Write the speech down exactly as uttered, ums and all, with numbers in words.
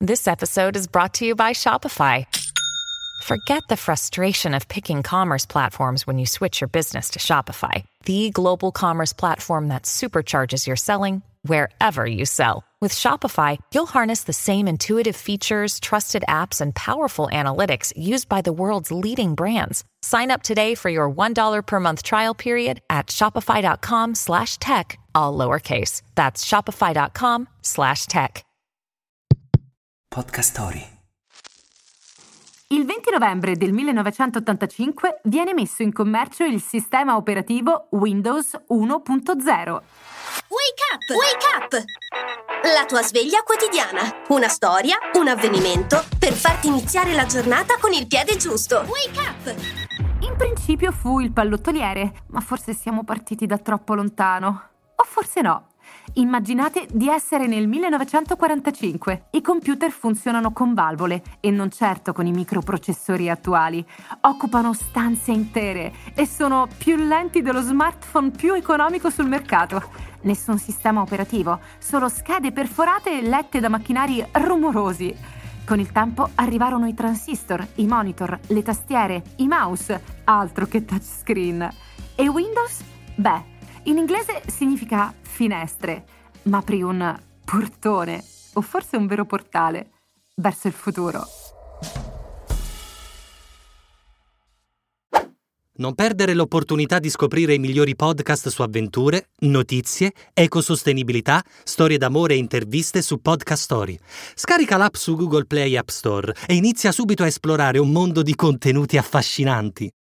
This episode is brought to you by Shopify. Forget the frustration of picking commerce platforms when you switch your business to Shopify, the global commerce platform that supercharges your selling wherever you sell. With Shopify, you'll harness the same intuitive features, trusted apps, and powerful analytics used by the world's leading brands. Sign up today for your one dollar per month trial period at shopify.com slash tech, all lowercase. That's shopify.com slash tech. Podcast Story. Il venti novembre del millenovecentottantacinque viene messo in commercio il sistema operativo Windows uno punto zero. Wake up! Wake up! La tua sveglia quotidiana. Una storia, un avvenimento per farti iniziare la giornata con il piede giusto. Wake up! In principio fu il pallottoliere, ma forse siamo partiti da troppo lontano. O forse no. Immaginate di essere nel millenovecentoquarantacinque. I computer funzionano con valvole e non certo con i microprocessori attuali. Occupano stanze intere e sono più lenti dello smartphone più economico sul mercato. Nessun sistema operativo, solo schede perforate e lette da macchinari rumorosi. Con il tempo arrivarono i transistor, i monitor, le tastiere, i mouse, altro che touchscreen. E Windows? Beh, in inglese significa finestre, ma apri un portone, o forse un vero portale, verso il futuro. Non perdere l'opportunità di scoprire i migliori podcast su avventure, notizie, ecosostenibilità, storie d'amore e interviste su Podcast Story. Scarica l'app su Google Play App Store e inizia subito a esplorare un mondo di contenuti affascinanti.